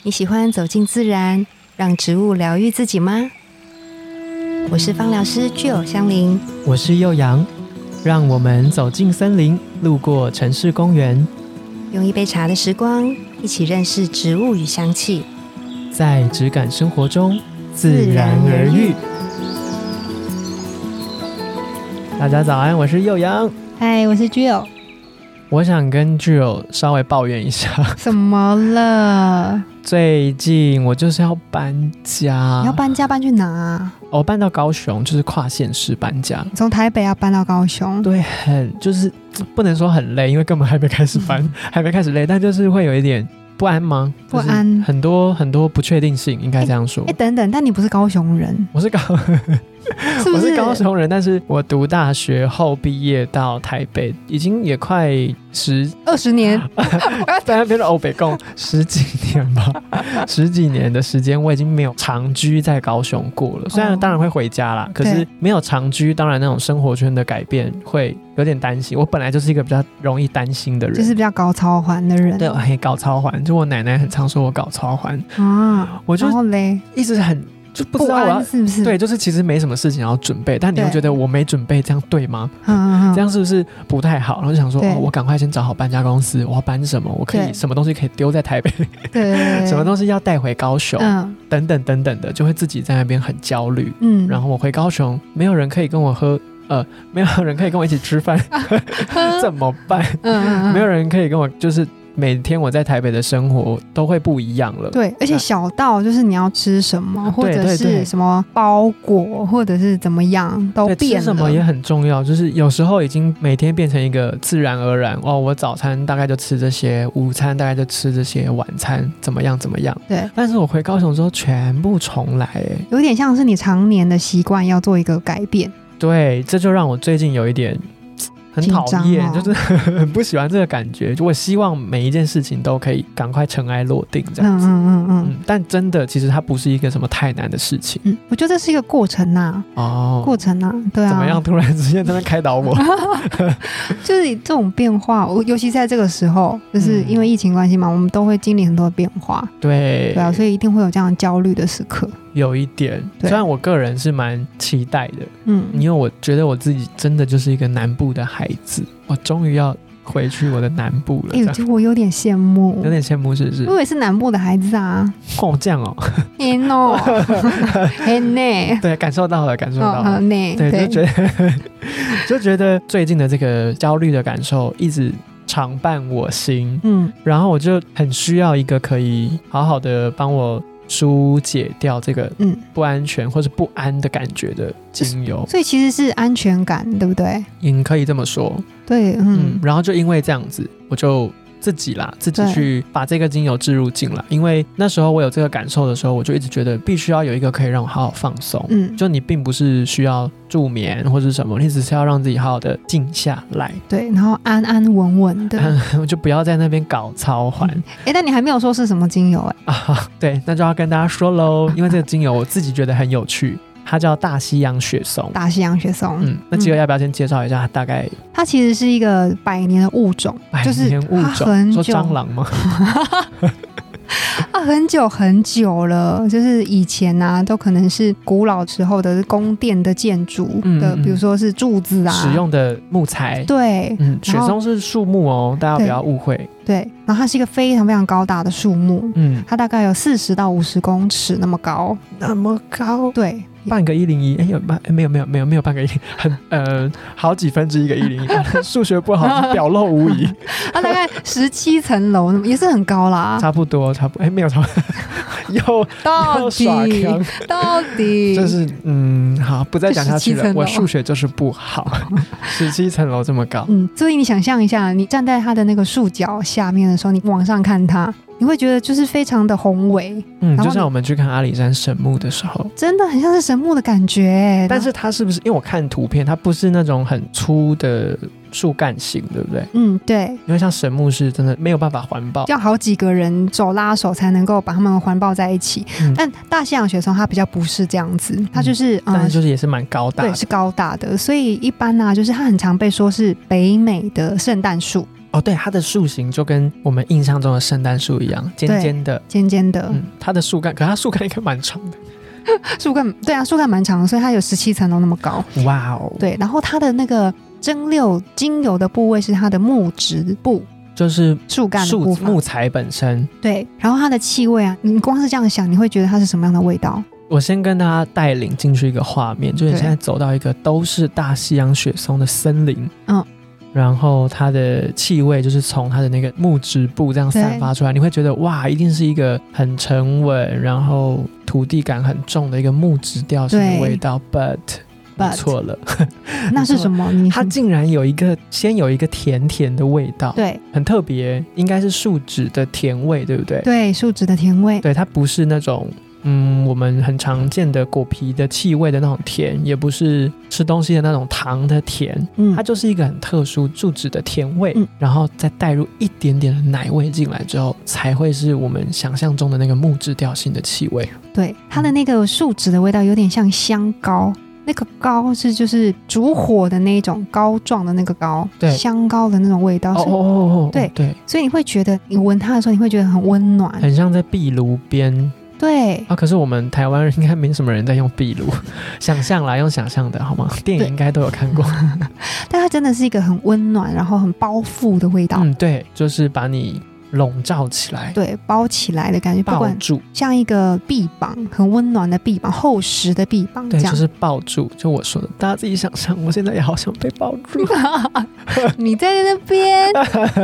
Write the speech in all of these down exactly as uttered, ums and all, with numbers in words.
你喜欢走进自然，让植物疗愈自己吗？我是芳疗师具有香林， 我是幼阳，让我们走进森林，路过城市公园， 用一杯茶的时光，一起认识植物与香气， 在质感生活中自然而愈。大家早安，我是幼阳。 嗨，我是具有。 我想跟具有稍微抱怨一下。 怎么了？ 最近我就是要搬家。 你要搬家搬去哪啊？ 我搬到高雄，就是跨县市搬家。 从台北要搬到高雄？ 对，很就是不能说很累，因为根本还没开始搬、嗯、还没开始累，但就是会有一点不安吗？ 不安，就是、 很多很多不确定性，应该这样说。 哎、欸欸，等等，但你不是高雄人？ 我是高是不是我是高雄人，但是我读大学后毕业到台北，已经也快十二十年， 在那边的欧北共十几年吧，十几年的时间，我已经没有长居在高雄过了。虽然当然会回家啦，哦、可是没有长居，当然那种生活圈的改变会有点担心。我本来就是一个比较容易担心的人， 就是比较搞超环的人。 对，我很搞超环，就我奶奶很常说我搞超环啊， 我就然后嘞一直很。就不知道我要是不是？ 对，就是其实没什么事情要准备，但你会觉得我没准备，这样对吗？ 嗯、 这样是不是不太好？然后就想说，哦，我赶快先找好搬家公司，我要搬什么？我可以什么东西可以丢在台北？ 对， 什么东西要带回高雄？嗯，等等等等的，就会自己在那边很焦虑。嗯，然后我回高雄，没有人可以跟我喝。呃，没有人可以跟我一起吃饭，怎么办？嗯，没有人可以跟我，就是每天我在台北的生活都会不一样了。 对，而且小到就是你要吃什么，或者是什么包裹，或者是怎么样都变了。 吃什么也很重要，就是有时候已经每天变成一个自然而然哦，我早餐大概就吃这些，午餐大概就吃这些，晚餐怎么样怎么样。 对， 但是我回高雄之后全部重来，哎， 有点像是你常年的习惯要做一个改变。 对，这就让我最近有一点很讨厌、哦、就是很不喜欢这个感觉。就我希望每一件事情都可以赶快尘埃落定这样子。嗯嗯嗯 嗯, 嗯但真的，其实它不是一个什么太难的事情。 嗯，我觉得这是一个过程呐、啊。哦，过程啊，对啊。 怎么样？突然之间在那开导我？ 就是这种变化，我尤其在这个时候，就是因为疫情关系嘛，嗯、我们都会经历很多变化。 对， 对啊，所以一定会有这样焦虑的时刻。 有一点，虽然我个人是蛮期待的，嗯，因为我觉得我自己真的就是一个南部的孩子，我终于要回去我的南部了。 哎、欸，我有点羡慕， 有点羡慕，是不是？ 我也是南部的孩子啊。 哦，这样哦。 哎 no， 哎呢。 对，感受到了，感受到了。 哦、对， 对，就觉得就觉得最近的这个焦虑的感受一直常伴我心，嗯，然后我就很需要一个可以好好的帮我疏解掉这个不安全或是不安的感觉的精油、 嗯、所以其实是安全感，对不对？ 你可以这么说。 对， 嗯, 嗯然后就因为这样子，我就自己啦自己去把这个精油置入进来。因为那时候我有这个感受的时候，我就一直觉得必须要有一个可以让我好好放松。嗯，就你并不是需要助眠或是什么，你只是要让自己好好的静下来， 对，然后安安稳稳的、 嗯、就不要在那边搞操环。哎、 嗯，但你还没有说是什么精油哎、 欸啊？对，那就要跟大家说喽，因为这个精油我自己觉得很有趣。它叫大西洋雪松。 大西洋雪松， 嗯，那基友要不要先介绍一下它大概？ 它其实是一个百年的物种， 百年物种， 就是很久。 说蟑螂吗？ 啊，很久很久了，就是以前啊，都可能是古老时候的宫殿的建筑的，嗯、比如说是柱子啊， 使用的木材。 对， 嗯，雪松是树木哦，大家不要误会。 对，然后它是一个非常非常高大的树木，嗯，它大概有四十到五十公尺那么高， 那么高， 对。 半个一零一，哎，有半、欸、没有没有没有没有半个一零，很呃好几分之一个一零一，数学不好，表露无遗。 它大概十七层楼，也是很高啦。 差不多，差不多，哎，没有差不多，又到底到底就是嗯，好，不再讲下去了。我数学就是不好，十七层楼这么高， 嗯，所以你想象一下，你站在它的那个树脚下面的时候，你往上看它。你会觉得就是非常的宏伟， 嗯，就像我们去看阿里山神木的时候， 真的很像是神木的感觉。 但是它是不是因为我看图片，它不是那种很粗的树干型，对不对？ 嗯，对。 因为像神木是真的没有办法环抱， 要好几个人手拉手才能够把它们环抱在一起。嗯、但大西洋雪松它比较不是这样子，它就是， 嗯、但是就是也是蛮高大的， 对，是高大的。所以一般呢、啊，就是它很常被说是北美的圣诞树。 哦，对，它的树形就跟我们印象中的圣诞树一样，尖尖的， 尖尖的。 嗯，它的树干，可它树干应该蛮长的。 树干，对啊，树干蛮长的，所以它有十七层楼那么高。 哇哦！ 对，然后它的那个蒸馏精油的部位是它的木质部， 就是树干的部分， 木材本身。 对，然后它的气味啊，你光是这样想，你会觉得它是什么样的味道？ 我先跟大家带领进去一个画面，就是你现在走到一个都是大西洋雪松的森林，嗯。然后它的气味就是从它的那个木质部这样散发出来，你会觉得哇，一定是一个很沉稳，然后土地感很重的一个木质调性的味道。But 你错了， 那是什么？ 它竟然有一个先有一个甜甜的味道， 对， 很特别，应该是树脂的甜味，对不对？ 对，树脂的甜味， 对，它不是那种。嗯，我们很常见的果皮的气味的那种甜，也不是吃东西的那种糖的甜，嗯，它就是一个很特殊树脂的甜味，嗯，然后再带入一点点的奶味进来之后，才会是我们想象中的那个木质调性的气味。 对，它的那个树脂的味道有点像香膏，那个膏是就是煮火的那种膏状的那个膏，对，香膏的那种味道。哦哦哦，对对，所以你会觉得你闻它的时候，你会觉得很温暖， 很像在壁炉边。 对啊，可是我们台湾人应该没什么人在用壁炉，想象啦，用想象的好吗？电影应该都有看过， 但它真的是一个很温暖，然后很包覆的味道。 嗯，对，就是把你笼罩起来， 对，包起来的感觉， 抱住， 像一个臂膀，很温暖的臂膀，厚实的臂膀， 对，就是抱住。就我说的，大家自己想象，我现在也好想被抱住。 你在那边，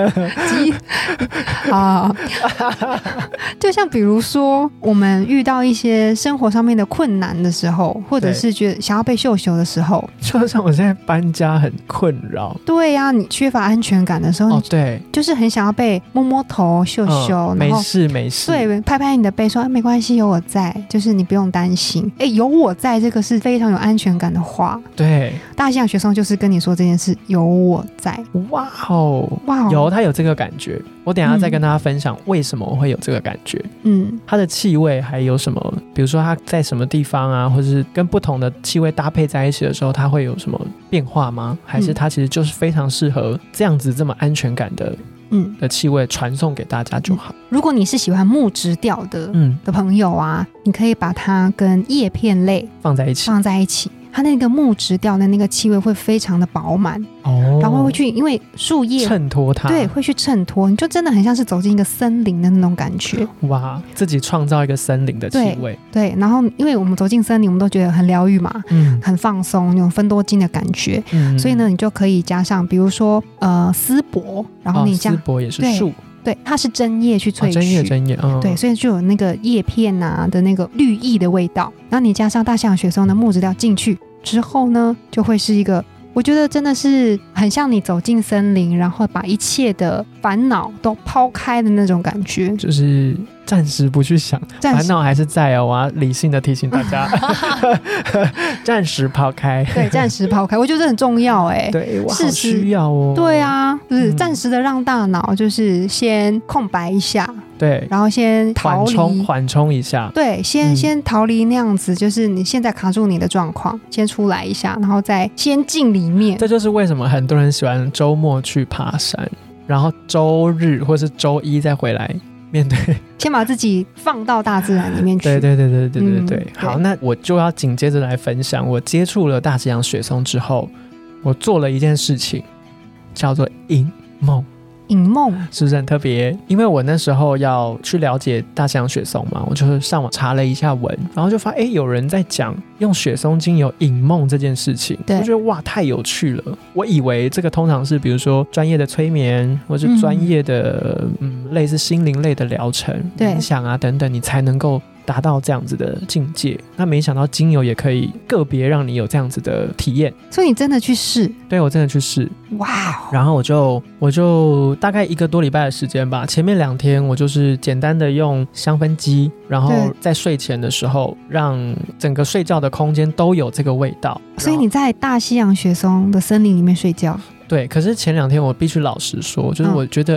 啊，就像比如说，我们遇到一些生活上面的困难的时候，或者是觉得想要被秀秀的时候， 就像我现在搬家很困扰， 对呀、啊，你缺乏安全感的时候， 哦，对， 就是很想要被摸摸头、秀秀， 嗯、 然后没事没事， 对，拍拍你的背说，啊，没关系，有我在，就是你不用担心。哎，有我在，这个是非常有安全感的话。 对， 大西洋雪松就是跟你说这件事，有我在。 哇哦，哇哦，有他有这个感觉。我等一下再跟大家分享为什么我会有这个感觉。嗯，它的气味还有什么？比如说它在什么地方啊，或者是跟不同的气味搭配在一起的时候，它会有什么变化吗？还是它其实就是非常适合这样子这么安全感的？嗯的气味传送给大家就好。 如果你是喜欢木质调的嗯的朋友啊，你可以把它跟叶片类放在一起， 放在一起。它那个木质调的那个气味会非常的饱满哦，然后会去因为树叶衬托它， 对，会去衬托，你就真的很像是走进一个森林的那种感觉。 哇，自己创造一个森林的气味。 对，对，然后因为我们走进森林，我们都觉得很疗愈嘛，嗯，很放松，那种芬多精的感觉。嗯，所以呢，你就可以加上，比如说呃丝柏，然后你加、 哦、丝柏也是树。 对，它是针叶去萃取， 哦、针叶针叶、嗯， 对，所以就有那个叶片啊的那个绿意的味道，然后你加上大西洋雪松的木质调进去之后呢，就会是一个，我觉得真的是很像你走进森林，然后把一切的烦恼都抛开的那种感觉， 就是暂时不去想，烦恼还是在哦，我要理性的提醒大家，暂时抛开， 对，暂时抛开，我觉得这很重要哎， 对，我好需要哦， 对啊，就是暂时的让大脑就是先空白一下， 对， 然后先逃离， 缓冲缓冲一下， 对，先、嗯、先逃离那样子，就是你现在卡住你的状况，先出来一下，然后再先进里面。 这就是为什么很多人喜欢周末去爬山，然后周日或是周一再回来。面对， 先把自己放到大自然里面去。 对对对对对对 对, 对、嗯。好，那我就要紧接着来分享，我接触了大西洋雪松之后，我做了一件事情，叫做引梦。 引梦是不是很特别？因为我那时候要去了解大西洋雪松嘛，我就是上网查了一下文，然后就发现哎，有人在讲用雪松精油引梦这件事情，我觉得哇太有趣了。我以为这个通常是比如说专业的催眠，或是专业的 嗯, 嗯类似心灵类的疗程、冥想啊等等，你才能够达到这样子的境界。那没想到精油也可以个别让你有这样子的体验， 所以你真的去试？ 对，我真的去试。 哇、wow ！ 然后我就我就大概一个多礼拜的时间吧，前面两天我就是简单的用香氛机，然后在睡前的时候让整个睡觉的空间都有这个味道。 所以你在大西洋雪松的森林里面睡觉？ 对，可是前两天我必须老实说，就是我觉得哎、嗯，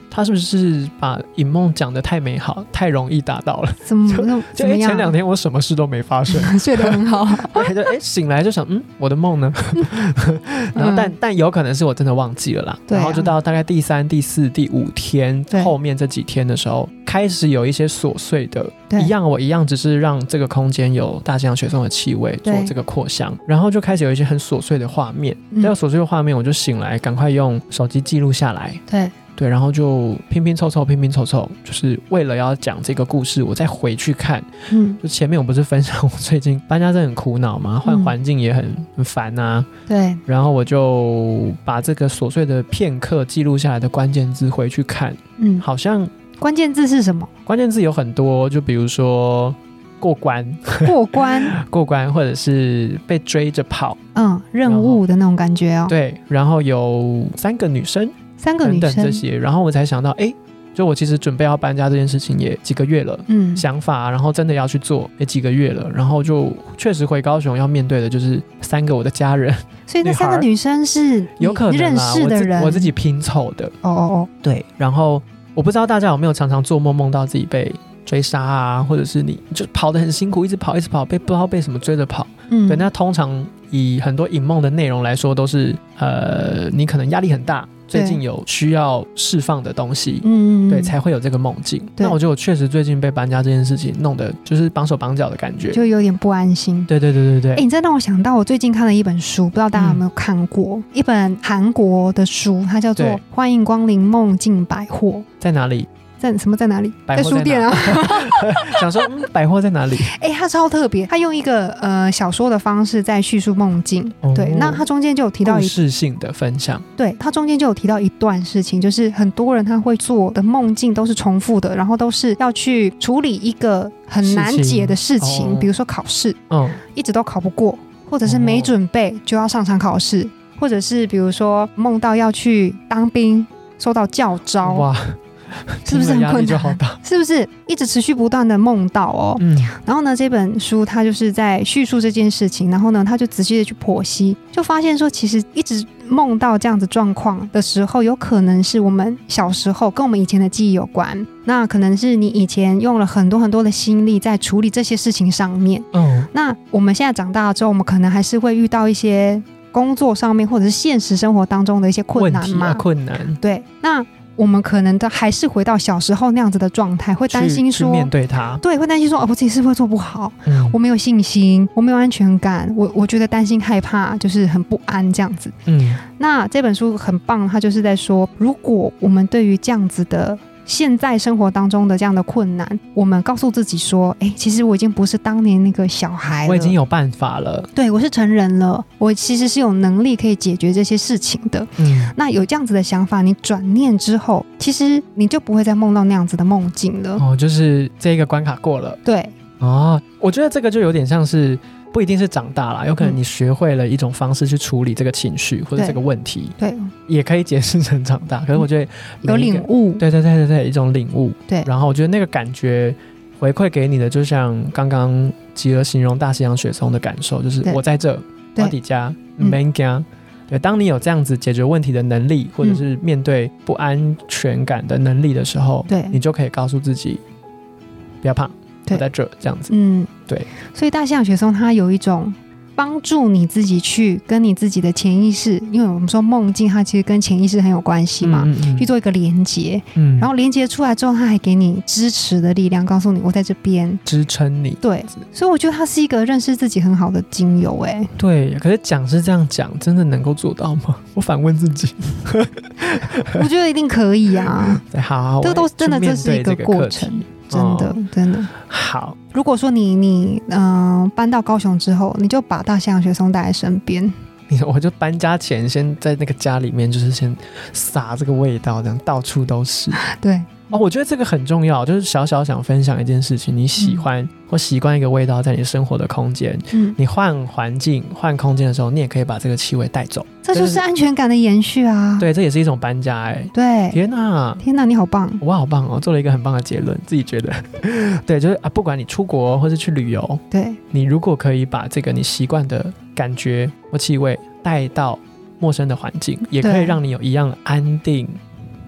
他是不是把影梦讲得太美好，太容易达到了？ 怎么就就哎、欸，前两天我什么事都没发生， 睡得很好， 就哎、欸、醒来就想，嗯，我的梦呢？然后但、嗯、但有可能是我真的忘记了啦。 对啊、 然后就到大概第三、第四、第五天后面这几天的时候，开始有一些琐碎的，一样我一样只是让这个空间有大西洋雪松的气味做这个扩香，然后就开始有一些很琐碎的画面。这个琐碎的画面，我就醒来，赶快用手机记录下来。 对。 对，然后就拼拼凑凑，拼拼凑凑，就是为了要讲这个故事，我再回去看。嗯，就前面我不是分享我最近搬家真的很苦恼吗？换环境也很很烦啊。 对， 然后我就把这个琐碎的片刻记录下来的关键字回去看。嗯，好像关键字是什么？ 关键字有很多，就比如说过关、 过关、 过关，或者是被追着跑， 嗯，任务的那种感觉哦。 对，然后有三个女生。 三个女生等等这些，然后我才想到，哎，就我其实准备要搬家这件事情也几个月了，嗯，想法，然后真的要去做也几个月了，然后就确实回高雄要面对的就是三个我的家人， 所以那三个女生是有可能认识的人， 我 自, 我自己拼凑的， 哦哦哦， 对，然后我不知道大家有没有常常做梦梦到自己被追杀啊，或者是你就跑得很辛苦，一直跑一直跑，被不知道被什么追着跑，嗯，对，那通常以很多影梦的内容来说，都是呃，你可能压力很大。最近有需要释放的东西，嗯，对，才会有这个梦境。那我觉得我确实最近被搬家这件事情弄得就是绑手绑脚的感觉， 就有点不安心。 对对对对对。 哎、欸，你这让我想到我最近看了一本书，不知道大家有没有看过？嗯、一本韩国的书，它叫做《欢迎光临梦境百货》。 在哪里？ 在什么在哪里？ 在书店啊。 想说，嗯，百货在哪里？ 哎、欸，它超特别，它用一个呃小说的方式在叙述梦境。哦、对，那它中间就有提到一故事性的分享。 对，它中间就有提到一段事情，就是很多人他会做的梦境都是重复的，然后都是要去处理一个很难解的事情，事情哦、比如说考试，嗯，一直都考不过，或者是没准备就要上场考试，哦、或者是比如说梦到要去当兵，收到教召。哇。是不是很困难？是不是一直持续不断的梦到哦？嗯，然后呢，这本书它就是在叙述这件事情，然后呢，他就仔细的去剖析，就发现说，其实一直梦到这样子状况的时候，有可能是我们小时候跟我们以前的记忆有关。那可能是你以前用了很多很多的心力在处理这些事情上面。嗯，那我们现在长大了之后，我们可能还是会遇到一些工作上面或者是现实生活当中的一些困难嘛？ 问题啊，困难。 对，那。我们可能都还是回到小时候那样子的状态，会担心说， 面对它， 对，会担心说，哦，我自己是不是会做不好？嗯，我没有信心，我没有安全感，我我觉得担心害怕，就是很不安这样子。嗯，那这本书很棒，它就是在说，如果我们对于这样子的现在生活当中的这样的困难，我们告诉自己说，哎，其实我已经不是当年那个小孩了， 我已经有办法了， 对，我是成人了，我其实是有能力可以解决这些事情的。嗯，那有这样子的想法，你转念之后，其实你就不会再梦到那样子的梦境了。 哦，就是这一个关卡过了。 对， 哦，我觉得这个就有点像是。不一定是长大啦，有可能你学会了一种方式去处理这个情绪、嗯、或者这个问题， 对， 也可以解释成长大。可是我觉得有领悟， 对对对对对，一种领悟。 对， 然后我觉得那个感觉回馈给你的，就像刚刚吉儿形容大西洋雪松的感受，就是我在这，我底家没惊。对，当你有这样子解决问题的能力，或者是面对不安全感的能力的时候，对，你就可以告诉自己不要怕。我在这这样子，嗯，对， 所以大西洋雪松它有一种帮助你自己去跟你自己的潜意识，因为我们说梦境它其实跟潜意识很有关系嘛，嗯嗯嗯去做一个连结，嗯，然后连结出来之后，它还给你支持的力量，告诉你我在这边支撑你， 对，所以我觉得它是一个认识自己很好的精油，哎， 对，可是讲是这样讲，真的能够做到吗？我反问自己， 我觉得一定可以啊， 好好， 这都真的这是一个过程。真的、哦、真的好。 如果说你你嗯、呃、搬到高雄之后，你就把大西洋雪松带在身边。 我就搬家前先在那个家里面，就是先撒这个味道，这样到处都是。 对。 哦，我觉得这个很重要，就是小小想分享一件事情，你喜欢、嗯、或习惯一个味道在你生活的空间，嗯，你换环境换空间的时候，你也可以把这个气味带走， 这就是安全感的延续啊。 对，这也是一种搬家，哎、欸， 对， 天哪， 天哪，你好棒， 我好棒哦，做了一个很棒的结论，自己觉得，对，就是啊，不管你出国或是去旅游， 对， 你如果可以把这个你习惯的感觉或气味带到陌生的环境，也可以让你有一样安定。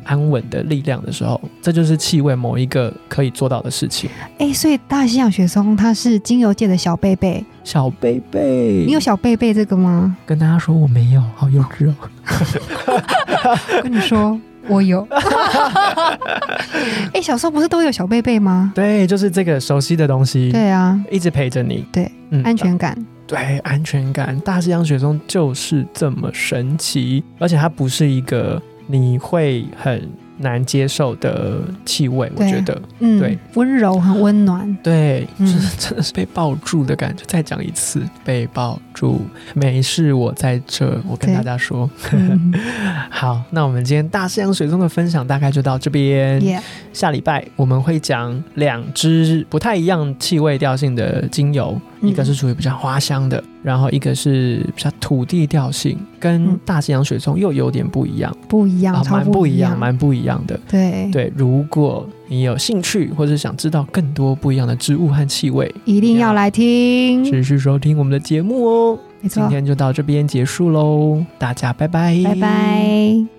安稳的力量的时候，这就是气味某一个可以做到的事情。 哎，所以大西洋雪松它是精油界的小贝贝。 小贝贝， 你有小贝贝这个吗？ 跟大家说我没有，好幼稚哦。 跟你说我有。哎，小时候不是都有小贝贝吗？ 对，就是这个熟悉的东西。 对啊， 一直陪着你。 对、嗯、安全感。 对，安全感。大西洋雪松就是这么神奇，而且它不是一个你会很难接受的气味，我觉得， 嗯， 对， 温柔很温暖， 对，嗯、就是真的是被抱住的感觉。再讲一次，被抱住，没事，我在这，我跟大家说。嗯、好，那我们今天大西洋水松的分享大概就到这边。Yeah. 下礼拜我们会讲两支不太一样气味调性的精油，嗯、一个是属于比较花香的，然后一个是比较土地调性，跟大西洋水松又有点不一样， 不一样， 蛮、哦、不一样，蛮不一样的。 对对，如果你有兴趣或者想知道更多不一样的植物和气味， 一定要来听， 持续收听我们的节目哦。 没错， 今天就到这边结束喽，大家拜拜， 拜拜。